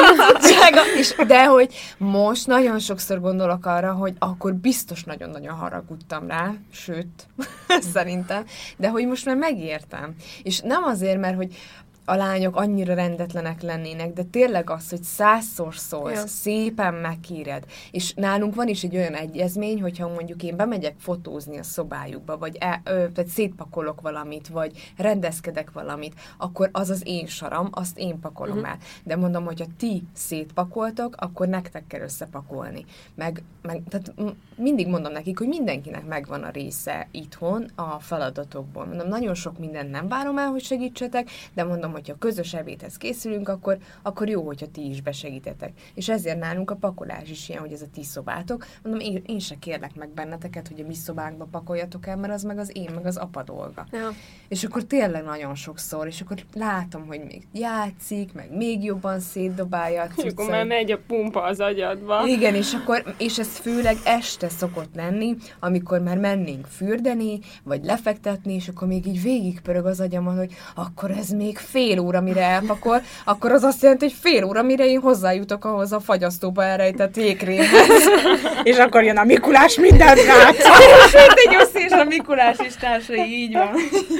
De hogy most nagyon sokszor gondolok arra, hogy akkor biztos nagyon-nagyon haragudtam rá, sőt, szerintem, de hogy most már megértem. És nem azért, mert hogy a lányok annyira rendetlenek lennének, de tényleg az, hogy 100-szor szólsz, szépen megíred. És nálunk van is egy olyan egyezmény, hogyha mondjuk én bemegyek fotózni a szobájukba, vagy tehát szétpakolok valamit, vagy rendezkedek valamit, akkor az az én saram, azt én pakolom el. De mondom, hogyha ti szétpakoltok, akkor nektek kell összepakolni. Tehát mindig mondom nekik, hogy mindenkinek megvan a része itthon a feladatokból. Mondom, nagyon sok mindent nem várom el, hogy segítsetek, de mondom, hogyha közös ebédhez készülünk, akkor jó, hogyha ti is besegítetek. És ezért nálunk a pakolás is ilyen, hogy ez a ti szobátok. Mondom, én se kérlek meg benneteket, hogy a mi szobánkba pakoljatok el, mert az meg az én, meg az apa dolga. Ja. És akkor tényleg nagyon sokszor, és akkor látom, hogy még játszik, meg még jobban szétdobálja a cuccait. És akkor már megy a pumpa az agyadba. Igen, és ez főleg este szokott lenni, amikor már mennénk fürdeni, vagy lefektetni, és akkor még így végigpörög az agyamon, hogy akkor ez még fél óra, mire elpakol, akkor az azt jelenti, hogy fél óra, mire én hozzájutok ahhoz a fagyasztóba elrejtett jégkrémhez. És akkor jön a Mikulás mindent rá. Sőt, egy oszi és a Mikulás is társai, így van.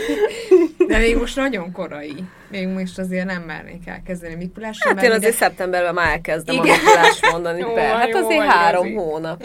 De még most nagyon korai. Még most azért nem mernék elkezdeni Mikulással. Hát én azért szeptemberben már elkezdem a Mikulást mondani. Hát azért 3 hónap.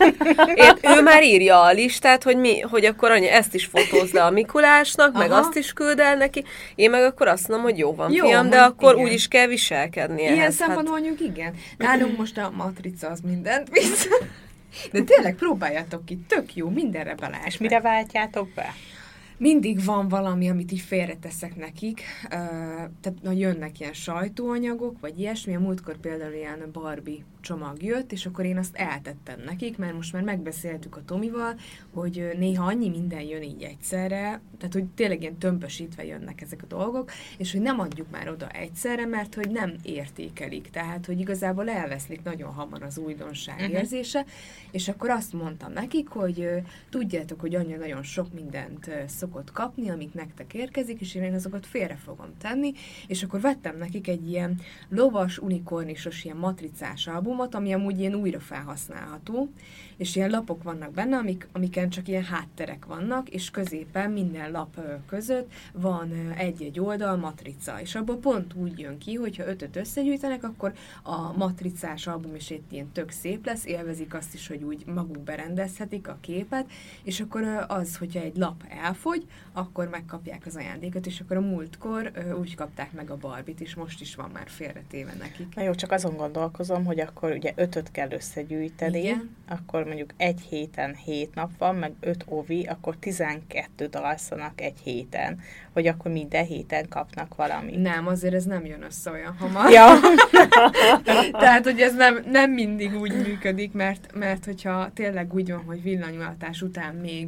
Ő már írja a listát, hogy akkor anya, ezt is fotózd le a Mikulásnak, meg azt is küld el neki. Én meg akkor azt mondom, hogy jó van, fiam, de akkor úgy is kell viselkedni ehhez. Ilyen szempontból mondjuk igen. Nálunk most a matrica az mindent visz. De tényleg próbáljátok ki, tök jó, mindenre belát. És mire váltjátok be? Mindig van valami, amit így félreteszek nekik, tehát jönnek ilyen sajtóanyagok, vagy ilyesmi, a múltkor például ilyen Barbie csomag jött, és akkor én azt eltettem nekik, mert most már megbeszéltük a Tomival, hogy néha annyi minden jön így egyszerre, tehát hogy tényleg ilyen tömbösítve jönnek ezek a dolgok, és hogy nem adjuk már oda egyszerre, mert hogy nem értékelik, tehát hogy igazából elveszlik nagyon hamar az újdonság érzése, és akkor azt mondtam nekik, hogy tudjátok, hogy anya nagyon sok mindent szokott kapni, amit nektek érkezik, és én azokat félre fogom tenni, és akkor vettem nekik egy ilyen lovas, unikornisos, ilyen matricás albumot, ami amúgy ilyen újra felhasználható, és ilyen lapok vannak benne, amiken csak ilyen hátterek vannak, és középen minden lap között van egy-egy oldal matrica, és abból pont úgy jön ki, hogyha 5-öt összegyűjtenek, akkor a matricás album is egy ilyen tök szép lesz, élvezik azt is, hogy úgy maguk berendezhetik a képet, és akkor az, hogyha egy lap elfogy, akkor megkapják az ajándékot, és akkor a múltkor úgy kapták meg a Barbit, és most is van már félretéve nekik. Na jó, csak azon gondolkozom, hogy akkor ugye 5-öt kell összegyűjteni, igen. Akkor mondjuk egy héten 7 nap van, meg 5 ovi, akkor 12 alszanak egy héten, hogy akkor minden héten kapnak valamit. Nem, azért ez nem jön össze olyan hamar. Ja. Tehát, hogy ez nem mindig úgy működik, mert hogyha tényleg úgy van, hogy villanyváltás után még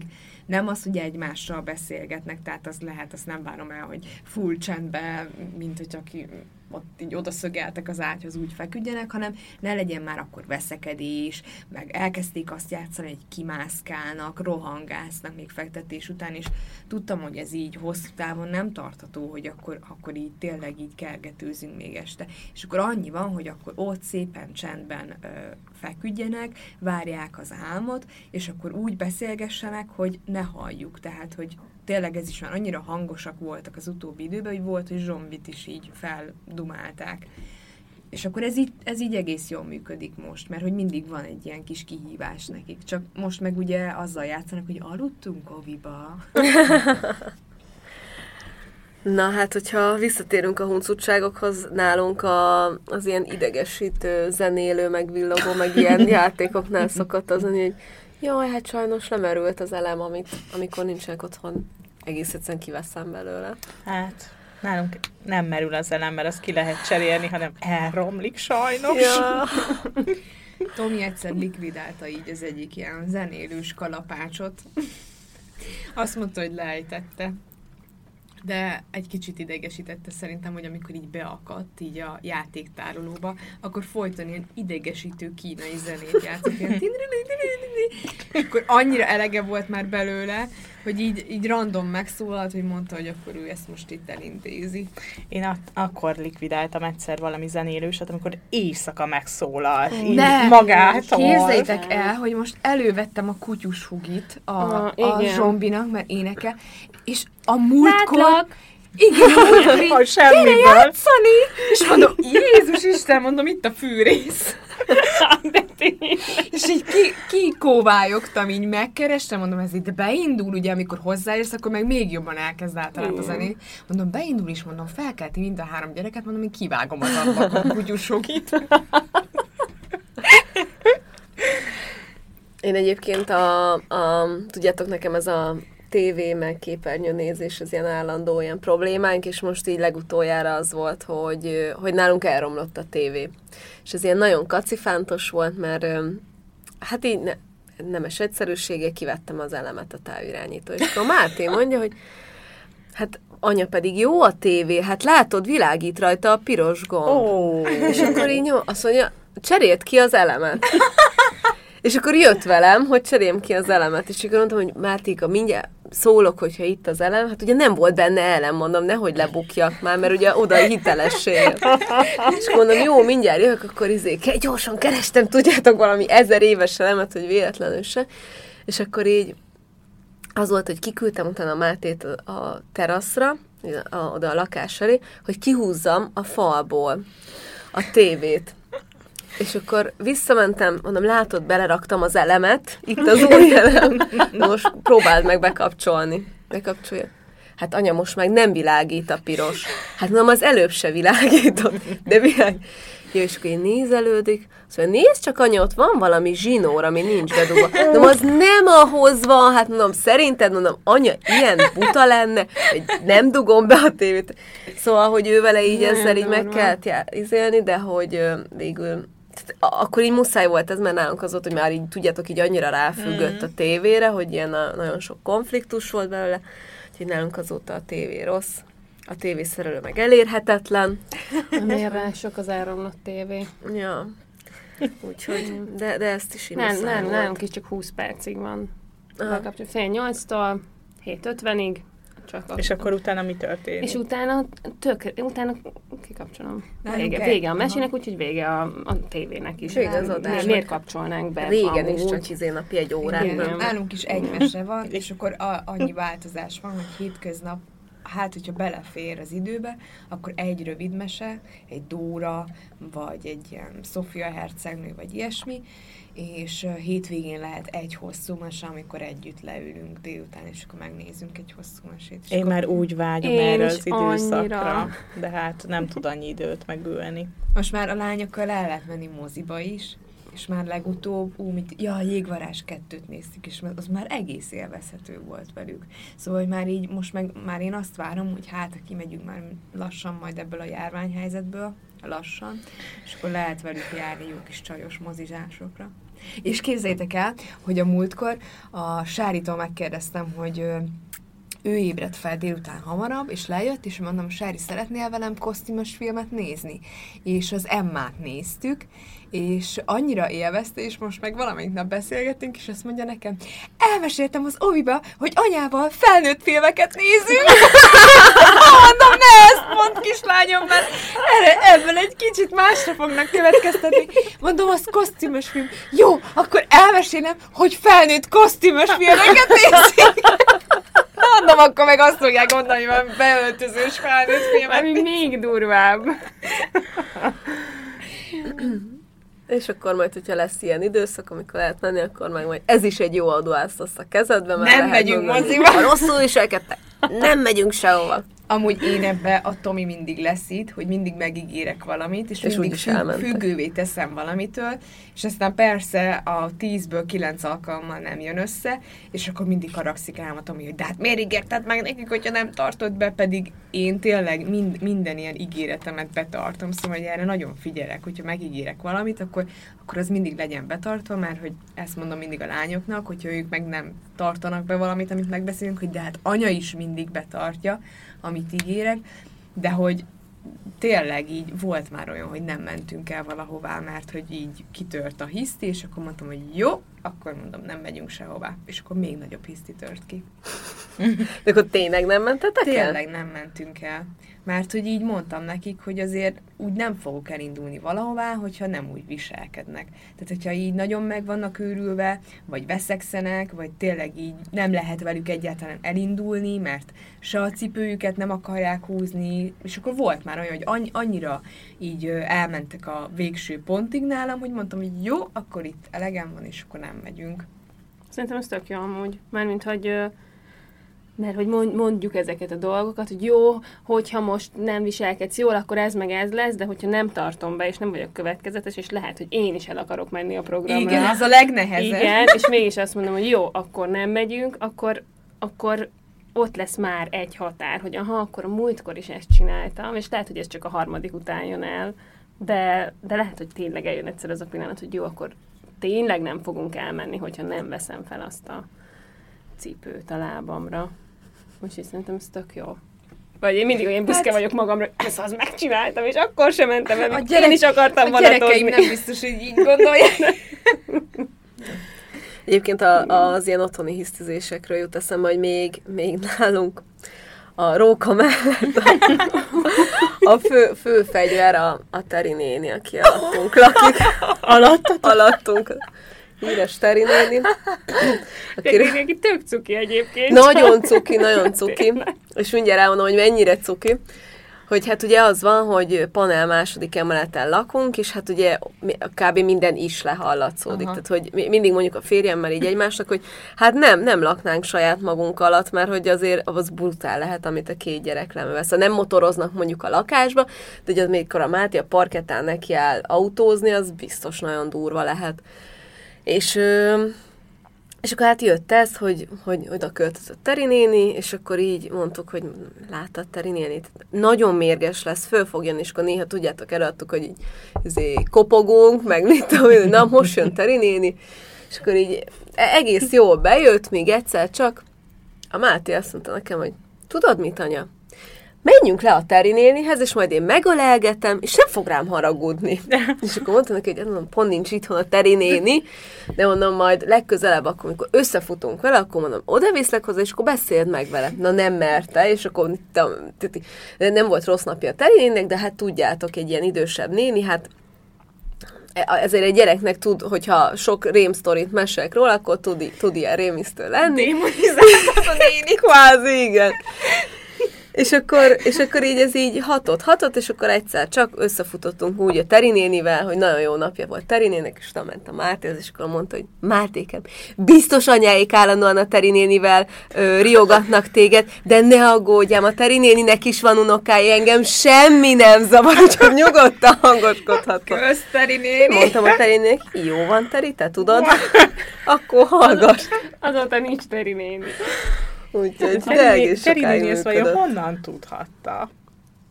Nem az, hogy egymással beszélgetnek, tehát az lehet, azt nem várom el, hogy full csendben, mint hogy aki ott így odaszögeltek az ágyhoz, úgy feküdjenek, hanem ne legyen már akkor veszekedés, meg elkezdték azt játszani, hogy kimászkálnak, rohangásznak még fektetés után, és tudtam, hogy ez így hosszú távon nem tartható, hogy akkor így tényleg így kergetőzünk még este. És akkor annyi van, hogy akkor ott szépen csendben feküdjenek, várják az álmot, és akkor úgy beszélgessenek, hogy ne halljuk. Tehát, hogy tényleg ez is már annyira hangosak voltak az utóbbi időben, hogy volt, hogy zsombit is így feldumálták. És akkor ez így egész jól működik most, mert hogy mindig van egy ilyen kis kihívás nekik. Csak most meg ugye azzal játszanak, hogy aludtunk oviba. Na hát, hogyha visszatérünk a huncutságokhoz, nálunk az ilyen idegesítő, zenélő, meg villogó, meg ilyen játékoknál szokott az, hogy jaj, hát sajnos lemerült az elem, amikor nincsenek otthon, egész egyszerűen kiveszem belőle. Hát, nálunk nem merül az elem, mert azt ki lehet cserélni, hanem elromlik sajnos. Ja. Tomi egyszer likvidálta így az egyik ilyen zenélős kalapácsot. Azt mondta, hogy leejtette. De egy kicsit idegesítette szerintem, hogy amikor így beakadt így a játéktárolóba, akkor folyton ilyen idegesítő kínai zenét játszott, ilyen és akkor annyira elege volt már belőle, hogy így random megszólalt, hogy mondta, hogy akkor ő ezt most itt elintézi. Én akkor likvidáltam egyszer valami zenélőset, amikor éjszaka megszólalt, így Ne, magától. Képzeljétek el, hogy most elővettem a kutyus hugit a zombinak, mert énekel, és a múltkor... Igen, a múltkor így, gyere játszani! És mondom, Jézus Isten, mondom, itt a fűrész. És így kikóvályogtam, így megkerestem, mondom, ez itt beindul, ugye, amikor hozzáérsz, akkor meg még jobban elkezd általában zenni. Mondom, beindul is, mondom, felkelti mind a 3 gyereket, mondom, én kivágom az ablakon a kutyus hugit. Én egyébként tudjátok, nekem ez a tévé, meg képernyőnézés, az ilyen állandó ilyen problémánk, és most így legutoljára az volt, hogy nálunk elromlott a tévé. És ez ilyen nagyon kacifántos volt, mert hát így nemes egyszerűséggel kivettem az elemet a távirányító. És akkor Máté mondja, hogy hát anya, pedig jó a tévé, hát látod, világít rajta a piros gomb. És akkor így azt mondja, cseréld ki az elemet. És akkor jött velem, hogy cseréljem ki az elemet, és akkor mondtam, hogy Mártika, mindjárt szólok, hogyha itt az elem, hát ugye nem volt benne elem, mondom, nehogy lebukjak már, mert ugye oda hitelesség. És mondom, jó, mindjárt jövök, akkor gyorsan kerestem, tudjátok, valami 1000 éves elemet, hogy véletlenül se. És akkor így az volt, hogy kiküldtem utána Mátét a teraszra, oda a lakás elé, hogy kihúzzam a falból a tévét. És akkor visszamentem, mondom, látod, beleraktam az elemet, itt az új elem. Most próbáld meg bekapcsolni. Bekapcsolja. Hát anya, most meg nem világít a piros. Hát mondom, az előbb se világított, de Jó, és akkor én nézelődik. Szóval nézd csak, anya, ott van valami zsinór, ami nincs bedugva. Mondom, az nem ahhoz van, hát mondom, szerinted, mondom, anya, ilyen buta lenne, hogy nem dugom be a tévét. Szóval, hogy ő vele így ezzel így meg kellett izélni, de hogy végül... Akkor így muszáj volt ez, mert nálunk az volt, hogy már így, tudjátok, így annyira ráfüggött a tévére, hogy ilyen nagyon sok konfliktus volt belőle, úgyhogy nálunk azóta a tévé rossz, a tévészerelő meg elérhetetlen. Miért rá sok az elromlott tévé? Ja, úgyhogy, de ezt is így muszáj volt. Nálunk is csak 20 percig van. Fél 8-tól 7:50-ig. És akkor utána mi történik? És utána kikapcsolom. Vége a mesének, úgyhogy vége a tévének is. Vége az adás. Miért kapcsolnánk be? Régen is csak napi 1 órát. Igen, nálunk is egy mese van, és akkor annyi változás van, hogy hétköznap, hát, hogyha belefér az időbe, akkor egy rövid mese, egy Dóra, vagy egy ilyen Sofia hercegnő, vagy ilyesmi, és hétvégén lehet egy hosszú mese, amikor együtt leülünk délután, és akkor megnézünk egy hosszú mesét. Én akkor... már úgy vágyom erre az időszakra, de hát nem tud annyi időt megülni. Most már a lányokkal el lehet menni moziba is, és már legutóbb, Jégvarázs 2-t néztük, és az már egész élvezhető volt velük. Szóval, hogy már így, most már én azt várom, hogy hát, ha kimegyünk már lassan majd ebből a járványhelyzetből, lassan, és akkor lehet velük járni jó kis csajos mozizásokra. És képzeljétek el, hogy a múltkor a Sáritól megkérdeztem, hogy ő ébredt fel délután hamarabb, és lejött, és mondom, Sári, szeretnél velem kosztümös filmet nézni? És az Emmát néztük, és annyira élvezte, és most meg valamelyik nap beszélgettünk, és azt mondja nekem, elmeséltem az Oviba, hogy anyával felnőtt filmeket nézünk. Mondom, ne ezt mondd, kislányom, mert ebből egy kicsit másra fognak következtetni. Mondom, az kosztümös film. Jó, akkor elmesélem, hogy felnőtt kosztümös filmeket nézik. Mondom, akkor meg azt fogják mondani, hogy beöltözős felnőtt filmet. Ami még durvább. És akkor majd, hogyha lesz ilyen időszak, amikor lehet menni, akkor meg majd ez is egy jó adóász a kezedbe, mert nem megyünk moziba. Ha rosszul viselkedtek, nem megyünk sehova. Amúgy én ebbe a Tomi mindig lesz itt, hogy mindig megígérek valamit, és mindig függővé teszem valamitől, és aztán persze a 10-ből 9 alkalommal nem jön össze, és akkor mindig haragszik rám a Tomi, hogy de hát miért ígérted meg nekik, hogyha nem tartod be, pedig én tényleg minden ilyen ígéretemet betartom, szóval erre nagyon figyelek, hogyha megígérek valamit, akkor az mindig legyen betartva, mert hogy ezt mondom mindig a lányoknak, hogyha ők meg nem tartanak be valamit, amit megbeszélünk, hogy de hát anya is mindig betartja, amit ígérek, de hogy tényleg így volt már olyan, hogy nem mentünk el valahová, mert hogy így kitört a hiszti, és akkor mondtam, hogy jó, akkor mondom, nem megyünk sehová. És akkor még nagyobb hiszti tört ki. De akkor tényleg nem mentetek el? Tényleg nem mentünk el. Mert hogy így mondtam nekik, hogy azért úgy nem fogok elindulni valahová, hogyha nem úgy viselkednek. Tehát, hogyha így nagyon meg vannak őrülve, vagy veszekszenek, vagy tényleg így nem lehet velük egyáltalán elindulni, mert se a cipőjüket nem akarják húzni, és akkor volt már olyan, hogy annyira így elmentek a végső pontig nálam, hogy mondtam, hogy jó, akkor itt elegem van, és akkor nem megyünk. Szerintem ez tök jó amúgy. Mármint, hogy mert hogy mondjuk ezeket a dolgokat, hogy jó, hogyha most nem viselkedsz jól, akkor ez meg ez lesz, de hogyha nem tartom be, és nem vagyok következetes, és lehet, hogy én is el akarok menni a programra. Igen, ez a legnehezebb. Igen, és mégis azt mondom, hogy jó, akkor nem megyünk, akkor ott lesz már egy határ, hogy aha, akkor a múltkor is ezt csináltam, és lehet, hogy ez csak a harmadik után jön el, de lehet, hogy tényleg eljön egyszer az a pillanat, hogy jó, akkor tényleg nem fogunk elmenni, hogyha nem veszem fel azt a cipőt a lábamra. Úgyhogy szerintem ez tök jó. Vagy én mindig olyan büszke vagyok magamra, ezt az megcsináltam, és akkor sem mentem el, én is akartam vonatozni. A gyerekeim nem biztos, hogy így gondolják. Egyébként az ilyen otthoni hisztizésekről jut eszembe, hogy még nálunk a róka mellett a fő fegyver a Teri néni, aki alattunk lakik. Alattunk. Híres Teri néni. Aki tök cuki egyébként. Nagyon cuki. És mindjárt elmondom, hogy mennyire cuki. Hogy hát ugye az van, hogy panel második emeleten lakunk, és hát ugye kb. Minden is lehallatszódik. Tehát, hogy mindig mondjuk a férjemmel így egymásnak, hogy hát nem laknánk saját magunk alatt, mert hogy azért az brutál lehet, amit a két gyerek lemvesz. Nem motoroznak mondjuk a lakásba, de ugye amikor a Máté a parkettán neki áll autózni, az biztos nagyon durva lehet. És akkor hát jött ez, hogy oda költözött Teri néni, és akkor így mondtuk, hogy láttad Teri nénit? Nagyon mérges lesz, föl fog jönni, és akkor néha tudjátok, előadtuk, hogy így kopogunk, meg mit tudom, na most jön Teri néni, és akkor így egész jól bejött, még egyszer csak a Máté azt mondta nekem, hogy tudod mit, anya? Menjünk le a Teri nénihez, és majd én megölelgetem, és nem fog rám haragudni. És akkor mondtam neki, hogy mondom, pont nincs itthon a Teri néni, de mondom, majd legközelebb, akkor, amikor összefutunk vele, akkor mondom, odaviszlek hozzá, és akkor beszéld meg vele. Na nem merte, és akkor nem volt rossz napja a Teri néninek, de hát tudjátok, egy ilyen idősebb néni, hát ezért egy gyereknek tud, hogyha sok rémsztorit mesélek róla, akkor tud ilyen rémisztő lenni. Démonizáltat a néni. Kvázi, igen. És akkor így ez így hatott, és akkor egyszer csak összefutottunk úgy a Teri nénivel, hogy nagyon jó napja volt Teri néninek, és utána ment a Mátéhoz, és akkor mondta, hogy Mátékem, biztos anyáik állandóan a Teri nénivel riogatnak téged, de ne aggódjál, a Teri néninek is van unokája, engem semmi nem zavar, csak nyugodtan hangoskodhatnak. Kösz, Teri néni! Mondtam a Teri néninek, jó van, Teri, te tudod? Akkor hallgass. Azóta nincs Teri néni. Úgyhogy de egész Teri sokáig néni ezt vajon működött. honnan tudhatta?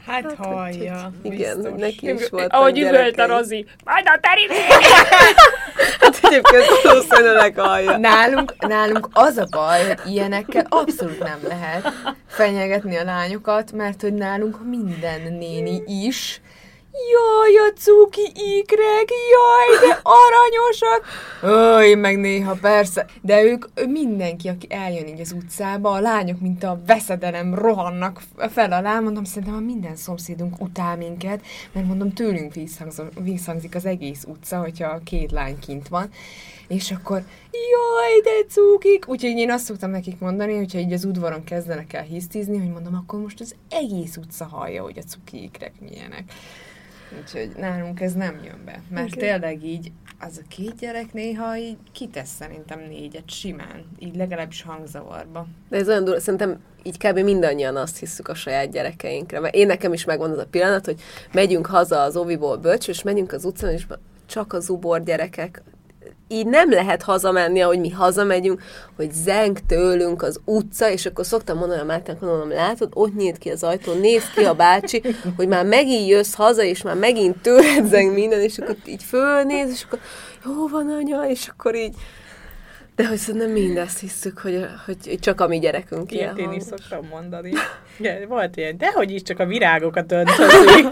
Hát hallja. Igen, biztos. neki is volt. Ahogy üvölt a Rozi. Majd a terítő! Hát egyébként valószínűleg hallja. Nálunk az a baj, hogy ilyenekkel abszolút nem lehet fenyegetni a lányokat, mert hogy nálunk minden néni is jaj, a cuki ikrek, jaj, de aranyosak. Én meg néha persze. De ők mindenki, aki eljön így az utcába, a lányok, mint a veszedelem rohannak fel alá, mondom, szerintem a minden szomszédunk utál minket, mert mondom, tőlünk visszhangzik az egész utca, hogyha 2 lány kint van. És akkor, jaj, de cukik! Úgyhogy én azt szoktam nekik mondani, hogyha így az udvaron kezdenek el hisztizni, hogy mondom, akkor most az egész utca hallja, hogy a cuki ikrek milyenek. Úgyhogy nálunk ez nem jön be. Mert tényleg így az a 2 gyerek néha így kitesz szerintem 4-et simán. Így legalábbis hangzavarba. De ez olyan durva, szerintem így kb. Mindannyian azt hiszük a saját gyerekeinkre. Mert én nekem is megvan az a pillanat, hogy megyünk haza az óviból bölcső, és megyünk az utcán, és csak a zubor gyerekek. Így nem lehet hazamenni, ahogy mi hazamegyünk, hogy zeng tőlünk az utca, és akkor szoktam mondani a Mártának, mondom, látod, ott nyílt ki az ajtó, nézd ki a bácsi, hogy már megint jössz haza, és már megint tőled zeng minden, és akkor így fölnéz, és akkor jó van, anya, és akkor így, de hogy szerintem mindezt hiszük, hogy csak a mi gyerekünk Ilyet én is hangos. szoktam mondani. Igen, volt ilyen, dehogy is csak a virágokat öntözik.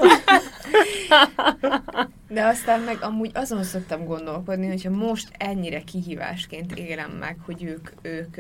De aztán meg amúgy azon szoktam gondolkodni, hogyha most ennyire kihívásként élem meg, hogy ők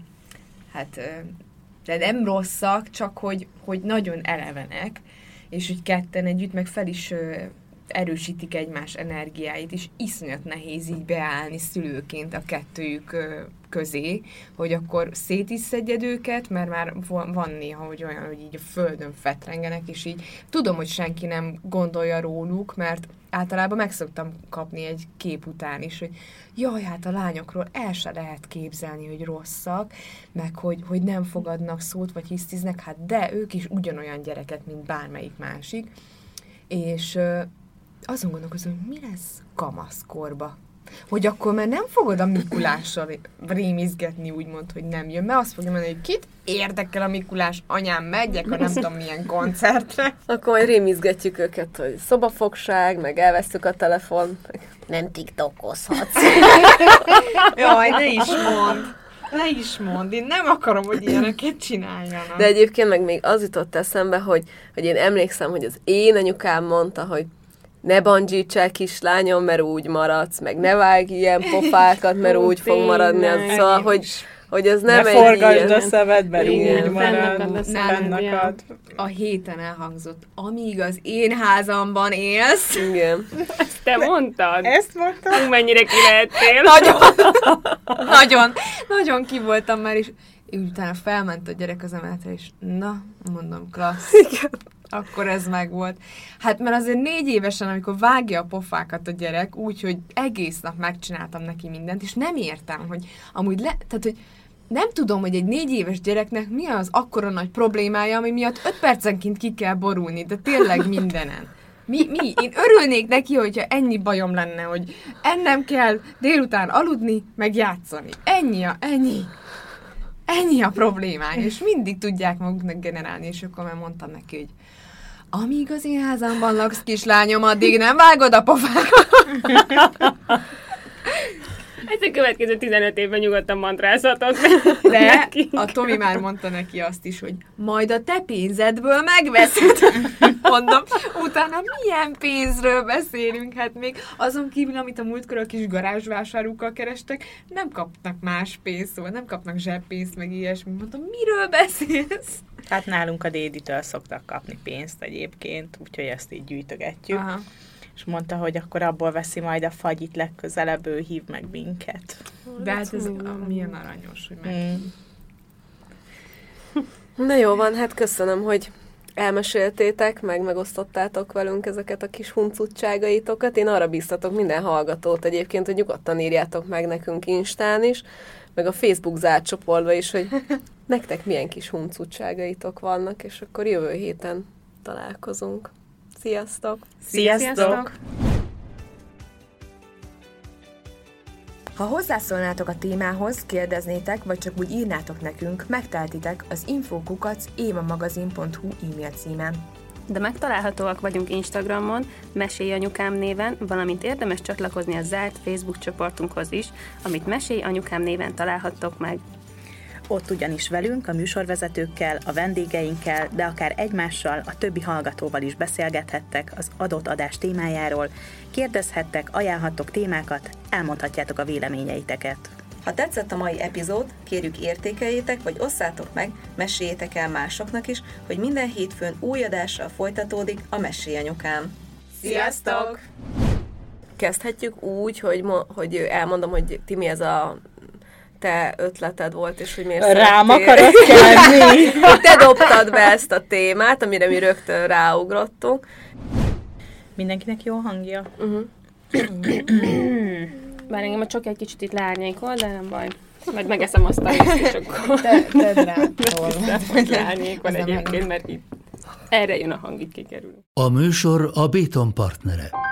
de nem rosszak, csak hogy nagyon elevenek, és hogy ketten együtt meg fel is erősítik egymás energiáit, és iszonyat nehéz így beállni szülőként a kettőjük közé, hogy akkor szét is szedjed őket, mert már van néha, hogy olyan, hogy így a földön fetrengenek, és így tudom, hogy senki nem gondolja róluk, mert általában meg szoktam kapni egy kép után is, hogy jaj, hát a lányokról el se lehet képzelni, hogy rosszak, meg hogy nem fogadnak szót, vagy hisztiznek, hát de ők is ugyanolyan gyereket, mint bármelyik másik, és azon gondolkozom, hogy mi lesz kamaszkorba. Hogy akkor már nem fogod a Mikulással rémizgetni, úgymond, hogy nem jön. Mert azt fogja mondani, hogy kit érdekel a Mikulás, anyám, megyek a nem tudom milyen koncertre. Akkor majd rémizgetjük őket, hogy szobafogság, meg elvesztük a telefon. Nem tiktokozhatsz. Jaj, ne is mondd, én nem akarom, hogy ilyeneket csináljanak. De egyébként meg még az jutott eszembe, hogy én emlékszem, hogy az én anyukám mondta, hogy ne bandzsíts el, kislányom, mert úgy maradsz, meg ne vágj ilyen pofákat, mert úgy fog maradni. Szóval, hogy ez nem ne egy forgasd ilyen... a szemed, mert Igen. úgy marad, Fennakad. A héten elhangzott, amíg az én házamban élsz. Igen. Ezt te mondtad? Ezt mondtam? Hú, mennyire ki lehettél. Nagyon ki voltam már, és utána felment a gyerek az emeletre, és na, mondom, klassz. Igen. Akkor ez megvolt. Hát mert azért 4 évesen, amikor vágja a pofákat a gyerek, úgyhogy egész nap megcsináltam neki mindent, és nem értem, hogy amúgy tehát, hogy nem tudom, hogy egy 4 éves gyereknek mi az akkora nagy problémája, ami miatt 5 percenként ki kell borulni, de tényleg mindenen. Mi? Én örülnék neki, hogyha ennyi bajom lenne, hogy ennem kell délután aludni, meg játszani. Ennyi a problémája, és mindig tudják maguknak generálni, és akkor már mondtam neki, hogy amíg az én házamban laksz, kislányom, addig nem vágod a pofákat. Ez a következő 15 évben nyugodtan mantrázhatok. De a Tomi már mondta neki azt is, hogy majd a te pénzedből megveszed. Mondom, utána milyen pénzről beszélünk? Hát még azon kívül, amit a múltkor a kis garázsvásárukkal kerestek, nem kapnak más pénzt, szóval nem kapnak zseppénzt, meg ilyesmi. Mondom, miről beszélsz? Hát nálunk a déditől szoktak kapni pénzt egyébként, úgyhogy ezt így gyűjtögetjük. Aha. És mondta, hogy akkor abból veszi majd a fagyit legközelebb, ő hív meg minket. De hát ez milyen aranyos, hogy meg... Na jó van, hát köszönöm, hogy elmeséltétek, meg megosztottátok velünk ezeket a kis huncutságaitokat. Én arra bíztatok minden hallgatót egyébként, hogy nyugodtan írjátok meg nekünk Instán is, meg a Facebook zárt csoportba is, hogy nektek milyen kis huncutságaitok vannak, és akkor jövő héten találkozunk. Sziasztok! Sziasztok! Ha hozzászólnátok a témához, kérdeznétek, vagy csak úgy írnátok nekünk, megteltitek az info@evamagazin.hu e-mail címen. De megtalálhatóak vagyunk Instagramon, Mesélj Anyukám néven, valamint érdemes csatlakozni a zárt Facebook csoportunkhoz is, amit Mesélj Anyukám néven találhattok meg. Ott ugyanis velünk, a műsorvezetőkkel, a vendégeinkkel, de akár egymással, a többi hallgatóval is beszélgethettek az adott adás témájáról, kérdezhettek, ajánlhattok témákat, elmondhatjátok a véleményeiteket. Ha tetszett a mai epizód, kérjük értékeljétek, vagy osszátok meg, meséljétek el másoknak is, hogy minden hétfőn új adással folytatódik a Mesélj Anyukám. Sziasztok! Kezdhetjük úgy, hogy elmondom, hogy Timi, ez a te ötleted volt, és hogy miért rám akarod kelni? Te dobtad be ezt a témát, amire mi rögtön ráugrottunk. Mindenkinek jó hangja? Bár engem a csok egy kicsit itt leárnyékol, de nem baj. Majd megeszem azt a részt, és akkor... Tedd rá. Hogy leárnyékol egyébként, mert itt erre jön a hang, itt kikerül. A műsor a Béton partnere.